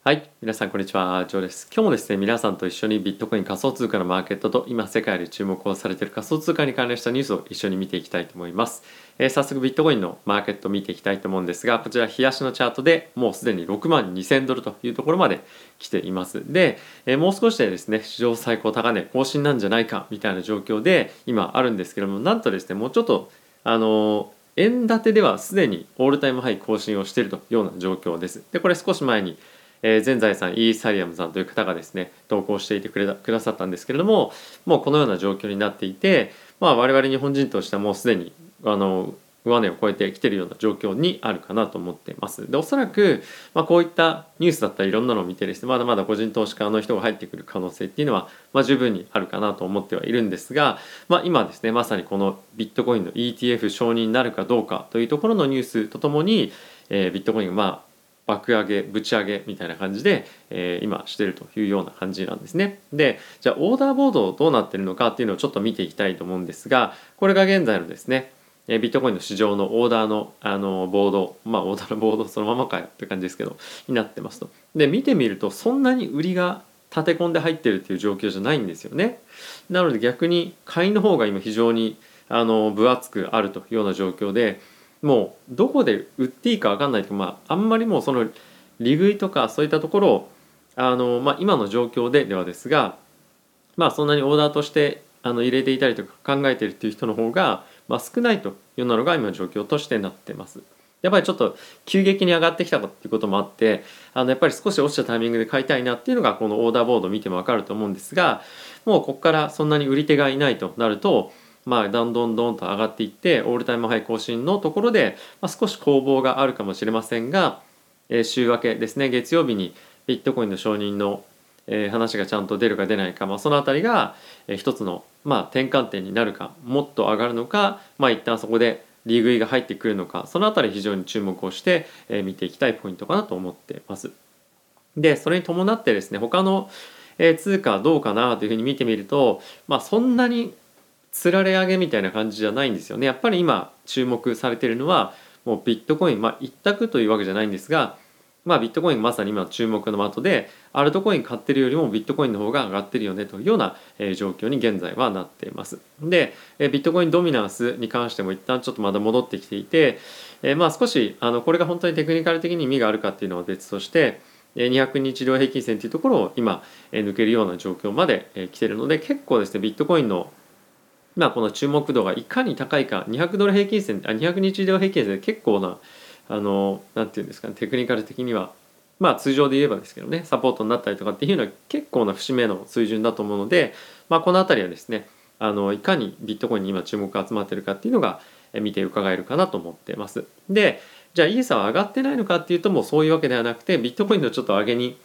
はい、皆さんこんにちは、ジョーです。今日もですね、皆さんと一緒にビットコイン仮想通貨のマーケットと今世界で注目をされている仮想通貨に関連したニュースを一緒に見ていきたいと思います。早速ビットコインのマーケットを見ていきたいと思うんですが、こちら日足のチャートでもうすでに6万2000ドルというところまで来ています。で、もう少しでですね、史上最高高値更新なんじゃないかみたいな状況で今あるんですけども、なんとですね、もうちょっと円建てではすでにオールタイムハイ更新をしているというような状況です。で、これ少し前に全財産イーサリアムさんという方がですね投稿していてくださったんですけれども、もうこのような状況になっていて、我々日本人としてはもうすでに上値を超えてきているような状況にあるかなと思っています。で、おそらく、こういったニュースだったりいろんなのを見てですね、まだまだ個人投資家の人が入ってくる可能性っていうのは、十分にあるかなと思ってはいるんですが、今ですねまさにこのビットコインの ETF 承認になるかどうかというところのニュースとともに、ビットコインが爆上げぶち上げみたいな感じで、今してるというような感じなんですね。で、じゃあオーダーボードどうなってるのかっていうのをちょっと見ていきたいと思うんですが、これが現在のですねビットコインの市場のオーダーの、ボード、オーダーのボードそのままかよって感じですけどになってますと。で、見てみるとそんなに売りが立て込んで入ってるっていう状況じゃないんですよね。なので逆に買いの方が今非常に分厚くあるというような状況で、もうどこで売っていいか分かんないというか、あんまりもうその利食いとかそういったところを今の状況ではですが、そんなにオーダーとして入れていたりとか考えているっていう人の方が、少ないというようなのが今の状況としてなってます。やっぱりちょっと急激に上がってきたっていうこともあって、やっぱり少し落ちたタイミングで買いたいなっていうのがこのオーダーボードを見ても分かると思うんですが、もうここからそんなに売り手がいないとなると、どんどんどんと上がっていってオールタイムハイ更新のところで、少し攻防があるかもしれませんが、週明けですね、月曜日にビットコインの承認の話がちゃんと出るか出ないか、そのあたりが一つの転換点になるか、もっと上がるのか、一旦そこで利食いが入ってくるのか、そのあたり非常に注目をして見ていきたいポイントかなと思っています。で、それに伴ってですね、他の通貨はどうかなというふうに見てみると、そんなにつられ上げみたいな感じじゃないんですよね。やっぱり今注目されているのはもうビットコイン、一択というわけじゃないんですが、ビットコインまさに今注目の的で、アルトコイン買ってるよりもビットコインの方が上がってるよねというような状況に現在はなっています。で、ビットコインドミナンスに関しても一旦ちょっとまだ戻ってきていて、少しこれが本当にテクニカル的に意味があるかっていうのは別として、200日移動平均線というところを今抜けるような状況まで来ているので、結構ですねビットコインのこの注目度がいかに高いか、200ドル平均線、200日移動平均線で結構ななんていうんですかね、テクニカル的には通常で言えばですけどね、サポートになったりとかっていうのは結構な節目の水準だと思うので、この辺りはですねいかにビットコインに今注目が集まってるかっていうのが見て伺えるかなと思ってます。で、じゃあイーサは上がってないのかっていうと、もうそういうわけではなくて、ビットコインのちょっと上げに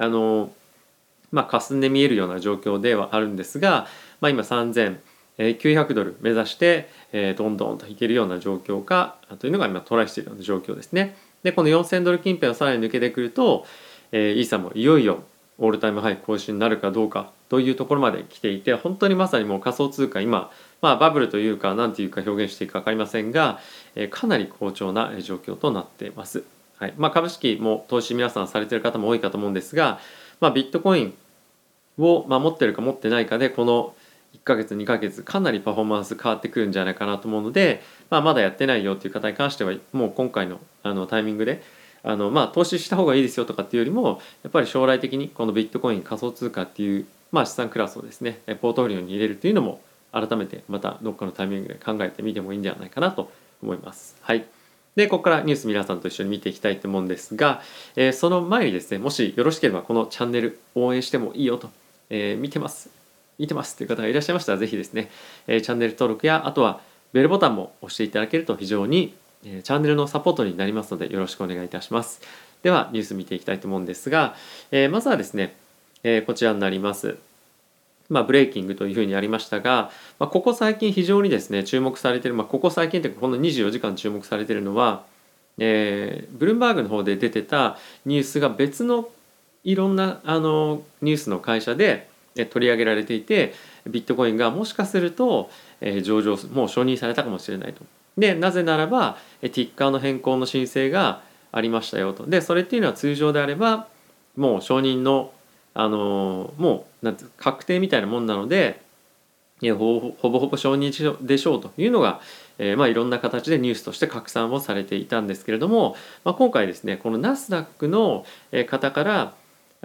霞んで見えるような状況ではあるんですが、今3900ドル目指して、どんどんといけるような状況かというのが今トライしているような状況ですね。で、この4000ドル近辺をさらに抜けてくると、イーサもいよいよオールタイムハイ更新になるかどうかというところまで来ていて、本当にまさにもう仮想通貨今、バブルというか何ていうか表現していいか分かりませんが、かなり好調な状況となっています。はい。株式も投資皆さんされている方も多いかと思うんですが、ビットコインを、持ってるか持ってないかでこの1ヶ月2ヶ月かなりパフォーマンス変わってくるんじゃないかなと思うので、まだやってないよっていう方に関してはもう今回のタイミングで投資した方がいいですよとかっていうよりも、やっぱり将来的にこのビットコイン仮想通貨っていう、資産クラスをですねポートフォリオに入れるというのも改めてまたどっかのタイミングで考えてみてもいいんではないかなと思います。はい。で、ここからニュース皆さんと一緒に見ていきたいと思うんですが、その前にですね、もしよろしければこのチャンネル応援してもいいよと、見てますという方がいらっしゃいましたら、ぜひですね、チャンネル登録やあとはベルボタンも押していただけると非常にチャンネルのサポートになりますのでよろしくお願いいたします。ではニュース見ていきたいと思うんですが、まずはですね、こちらになります。ブレイキングというふうにありましたが、ここ最近非常にですね注目されている、ここ最近というかこの24時間注目されているのは、ブルームバーグの方で出てたニュースが別のいろんなニュースの会社で取り上げられていて、ビットコインがもしかすると上場もう承認されたかもしれないと。で、なぜならばティッカーの変更の申請がありましたよと。で、それっていうのは通常であればもう承認のもうなんて確定みたいなもんなので、ほぼほぼ承認でしょうというのが、いろんな形でニュースとして拡散をされていたんですけれども、今回ですねこのナスダックの方から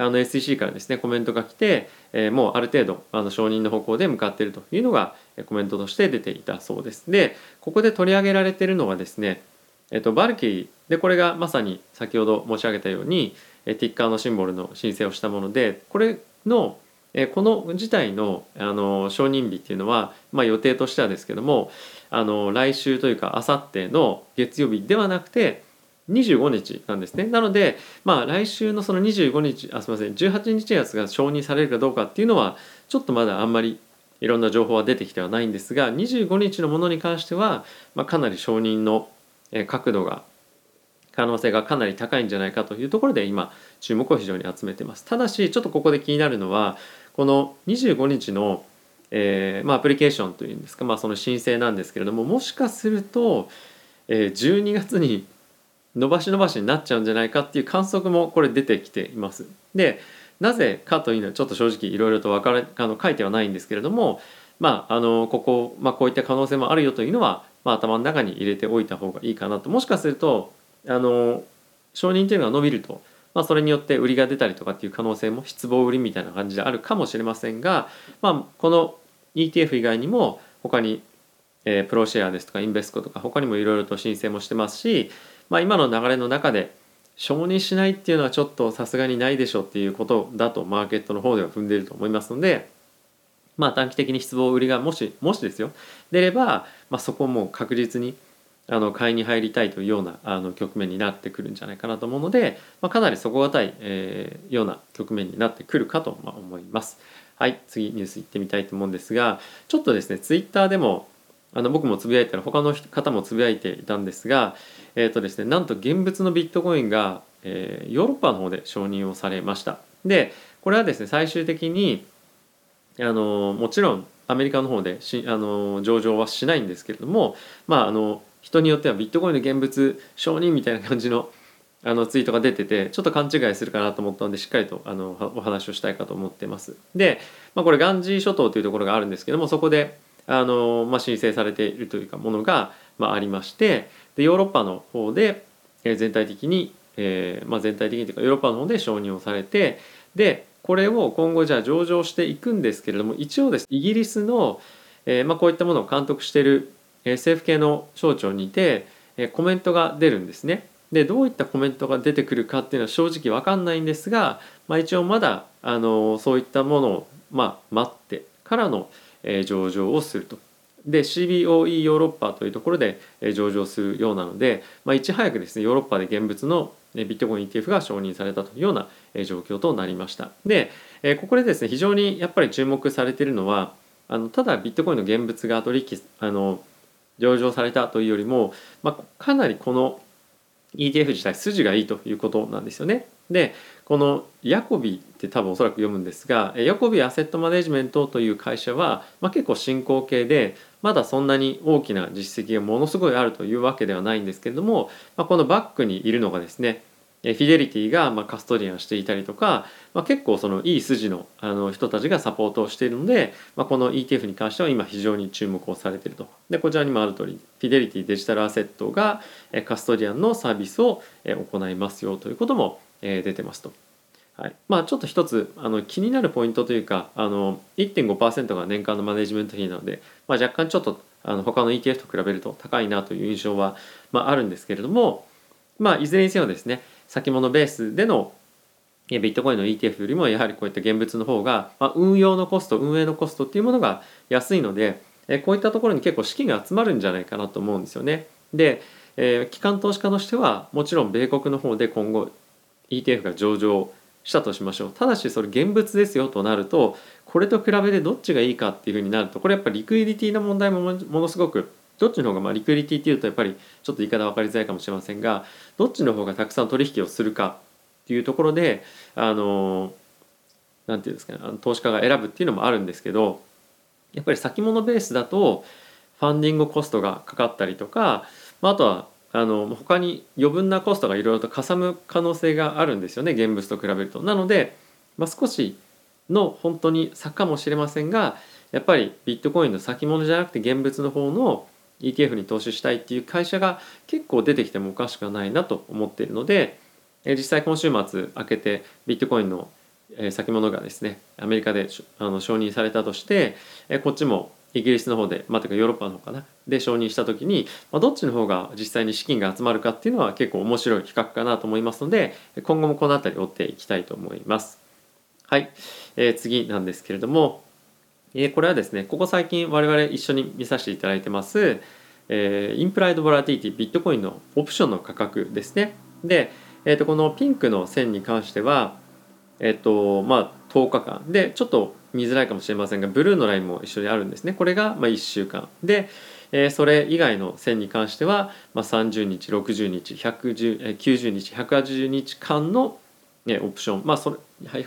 SEC からですねコメントが来て、もうある程度承認の方向で向かっているというのがコメントとして出ていたそうです。でここで取り上げられているのはですね、バルキリーでこれがまさに先ほど申し上げたようにティッカーのシンボルの申請をしたもので、これのこの自体の承認日っていうのは、予定としてはですけども来週というかあさっての月曜日ではなくて25日なんですね。なので、来週のその25日すみません18日のやつが承認されるかどうかっていうのはちょっとまだあんまりいろんな情報は出てきてはないんですが、25日のものに関しては、かなり承認の角度が可能性がかなり高いんじゃないかというところで今注目を非常に集めています。ただしちょっとここで気になるのはこの25日の、アプリケーションというんですか、その申請なんですけれども、もしかすると、12月に伸ばしになっちゃうんじゃないかっていう観測もこれ出てきています。でなぜかというのはちょっと正直いろいろと書いてはないんですけれども、こういった可能性もあるよというのは、頭の中に入れておいた方がいいかなと。もしかすると承認というのが伸びると、それによって売りが出たりとかっていう可能性も失望売りみたいな感じであるかもしれませんが、この ETF 以外にも他に、プロシェアですとかインベスコとか他にもいろいろと申請もしてますし、今の流れの中で承認しないっていうのはちょっとさすがにないでしょっていうことだとマーケットの方では踏んでいると思いますので、短期的に失望売りがもしですよ出れば、そこをもう確実に買いに入りたいというような局面になってくるんじゃないかなと思うので、かなり底堅い、ような局面になってくるかと思います。はい、次ニュースいってみたいと思うんですが、ちょっとですねツイッターでも僕もつぶやいたら他の方もつぶやいていたんですが、ですね、なんと現物のビットコインが、ヨーロッパの方で承認をされました。でこれはですね最終的にもちろんアメリカの方で上場はしないんですけれども、人によってはビットコインの現物承認みたいな感じのツイートが出ててちょっと勘違いするかなと思ったのでしっかりとお話をしたいかと思っています。で、これガンジー諸島というところがあるんですけども、そこで申請されているというかものが、ありまして、でヨーロッパの方で全体的に、全体的にというかヨーロッパの方で承認をされて、でこれを今後じゃあ上場していくんですけれども、一応ですイギリスの、こういったものを監督している、政府系の省庁にて、コメントが出るんですね。でどういったコメントが出てくるかっていうのは正直分かんないんですが、一応まだそういったものを、待ってからの、上場をすると。で CBOE ヨーロッパというところで上場するようなので、いち早くですねヨーロッパで現物のビットコイン ETF が承認されたというような状況となりました。でここでですね非常にやっぱり注目されているのはただビットコインの現物が取引上場されたというよりも、かなりこの ETF 自体筋がいいということなんですよね。でこのヤコビって多分おそらく読むんですが、ヤコビアセットマネジメントという会社は、結構進行形でまだそんなに大きな実績がものすごいあるというわけではないんですけれども、このバックにいるのがですねフィデリティがカストリアンしていたりとか、結構そのいい筋の人たちがサポートをしているので、この ETF に関しては今非常に注目をされていると。でこちらにもある通りフィデリティデジタルアセットがカストリアンのサービスを行いますよということも出てますと。はい、ちょっと一つ気になるポイントというか1.5% が年間のマネジメント費なので、若干ちょっと他の ETF と比べると高いなという印象は、あるんですけれども、いずれにせよですね先物ベースでのビットコインの ETF よりもやはりこういった現物の方が、運営のコストっていうものが安いので、こういったところに結構資金が集まるんじゃないかなと思うんですよね。で、機関投資家としてはもちろん米国の方で今後 ETF が上場したとしましょう。ただしそれ現物ですよとなると、これと比べてどっちがいいかっていうふうになると、これやっぱりリクイディティの問題もものすごく、どっちの方がリクイディティっていうとやっぱりちょっと言い方分かりづらいかもしれませんが、どっちの方がたくさん取引をするかっていうところでなんていうんですかね、投資家が選ぶっていうのもあるんですけど、やっぱり先物ベースだとファンディングコストがかかったりとか、あとは他に余分なコストがいろいろとかさむ可能性があるんですよね、現物と比べると。なので、少しの本当に差かもしれませんが、やっぱりビットコインの先物じゃなくて現物の方の ETF に投資したいっていう会社が結構出てきてもおかしくはないなと思っているので、実際今週末明けてビットコインの先物がですねアメリカで承認されたとして、こっちもイギリスの方で、というかヨーロッパの方かなで承認した時に、どっちの方が実際に資金が集まるかっていうのは結構面白い比較かなと思いますので、今後もこの辺り追っていきたいと思います。はい、次なんですけれども、これはですねここ最近我々一緒に見させていただいてます、インプライドボラティティビットコインのオプションの価格ですね。で、このピンクの線に関しては10日間でちょっと見づらいかもしれませんが、ブルーのラインも一緒にあるんですね。これが1週間で、それ以外の線に関しては、30日60日90日180日間の、オプション、それ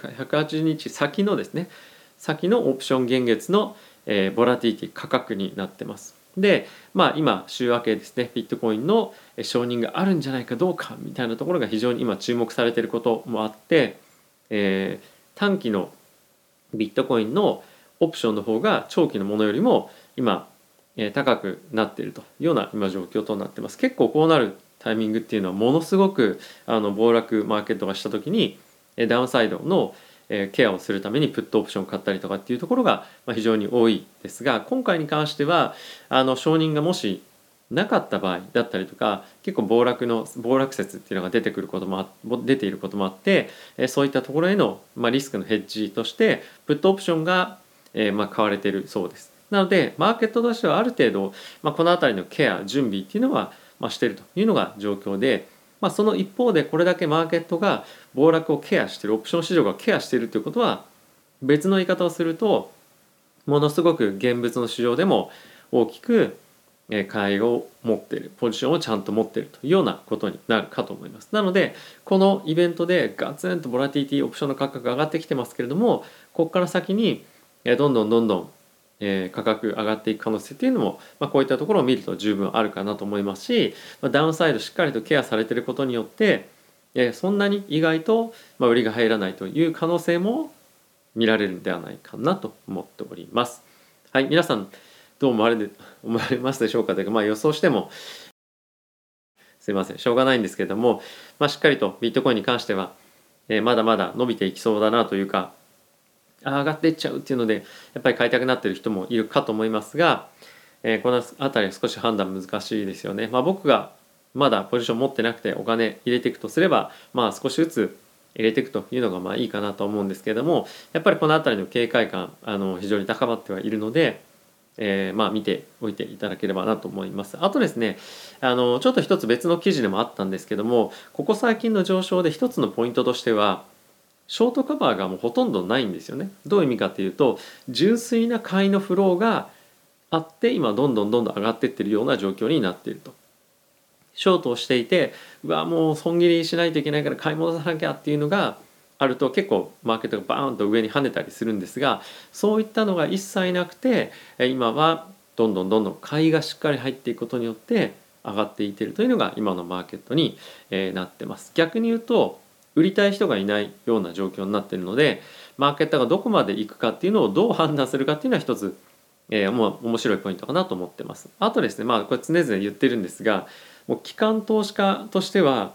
180日先のですね先のオプション現月の、ボラティティ価格になってます。で、今週明けですねビットコインの承認があるんじゃないかどうかみたいなところが非常に今注目されていることもあって、短期のビットコインのオプションの方が長期のものよりも今、高くなっているというような今状況となってます。結構こうなるタイミングっていうのはものすごく暴落マーケットがした時にダウンサイドのケアをするためにプットオプションを買ったりとかっていうところが非常に多いですが、今回に関しては承認がもしなかった場合だったりとか、結構暴落説っていうのが出ていることもあって、そういったところへのリスクのヘッジとしてプットオプションが買われているそうです。なのでマーケットとしてはある程度、この辺りのケア準備っていうのはしているというのが状況で、その一方でこれだけマーケットが暴落をケアしている、オプション市場がケアしているということは、別の言い方をするとものすごく現物の市場でも大きく買いを持っている、ポジションをちゃんと持っているというようなことになるかと思います。なのでこのイベントでガツンとボラティティオプションの価格が上がってきてますけれども、ここから先にどんどん価格上がっていく可能性っていうのも、こういったところを見ると十分あるかなと思いますし、ダウンサイドしっかりとケアされていることによってそんなに意外と売りが入らないという可能性も見られるんではないかなと思っております。はい、皆さんどう思われますでしょうかというか、予想してもすいませんしょうがないんですけれども、しっかりとビットコインに関しては、まだまだ伸びていきそうだなというか、上がっていっちゃうっていうのでやっぱり買いたくなっている人もいるかと思いますが、この辺りは少し判断難しいですよね。僕がまだポジション持ってなくてお金入れていくとすれば、少しずつ入れていくというのがいいかなと思うんですけれども、やっぱりこの辺りの警戒感非常に高まってはいるので、見ておいていただければなと思います。あとですね、ちょっと一つ別の記事でもあったんですけども、ここ最近の上昇で一つのポイントとしてはショートカバーがもうほとんどないんですよね。どういう意味かっていうと、純粋な買いのフローがあって今どんどん上がっていってるような状況になっていると。ショートをしていて、もう損切りしないといけないから買い戻さなきゃっていうのがあると結構マーケットがバーンと上に跳ねたりするんですが、そういったのが一切なくて今はどんどん買いがしっかり入っていくことによって上がっていっているというのが今のマーケットになってます。逆に言うと売りたい人がいないような状況になっているので、マーケットがどこまで行くかっていうのをどう判断するかっていうのは一つ、面白いポイントかなと思ってます。あとですね、これ常々言ってるんですが、もう機関投資家としては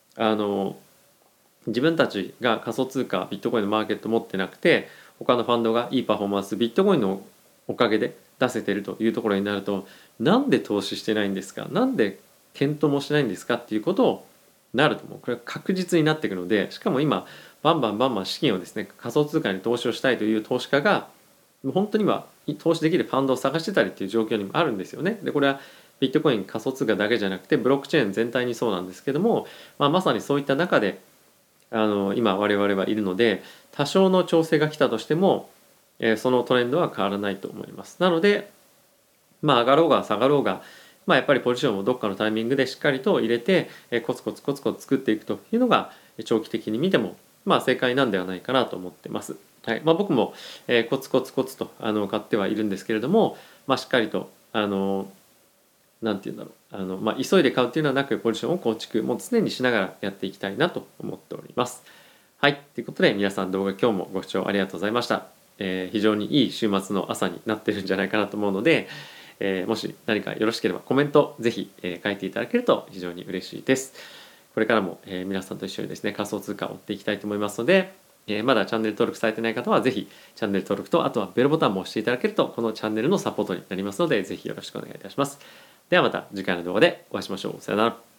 自分たちが仮想通貨ビットコインのマーケット持ってなくて、他のファンドがいいパフォーマンスビットコインのおかげで出せてるというところになると、なんで投資してないんですか、なんで検討もしないんですかっていうことをなると思う。これは確実になっていくので、しかも今バンバン資金をですね仮想通貨に投資をしたいという投資家が本当には投資できるファンドを探してたりっていう状況にもあるんですよね。でこれはビットコイン仮想通貨だけじゃなくてブロックチェーン全体にそうなんですけども、まさにそういった中で今我々はいるので、多少の調整が来たとしても、そのトレンドは変わらないと思います。なので上がろうが下がろうが、やっぱりポジションをどっかのタイミングでしっかりと入れてコツコツ作っていくというのが長期的に見ても正解なんではないかなと思ってます。はい、僕もコツコツと買ってはいるんですけれども、しっかりとなんていうんだろう急いで買うっていうのはなくポジションを構築もう常にしながらやっていきたいなと思っております。はい、ということで皆さん動画今日もご視聴ありがとうございました。非常にいい週末の朝になってるんじゃないかなと思うので、もし何かよろしければコメントぜひ、書いていただけると非常に嬉しいです。これからも、皆さんと一緒にですね仮想通貨を追っていきたいと思いますので、まだチャンネル登録されてない方はぜひチャンネル登録とあとはベルボタンも押していただけるとこのチャンネルのサポートになりますのでぜひよろしくお願いいたします。ではまた次回の動画でお会いしましょう。さよなら。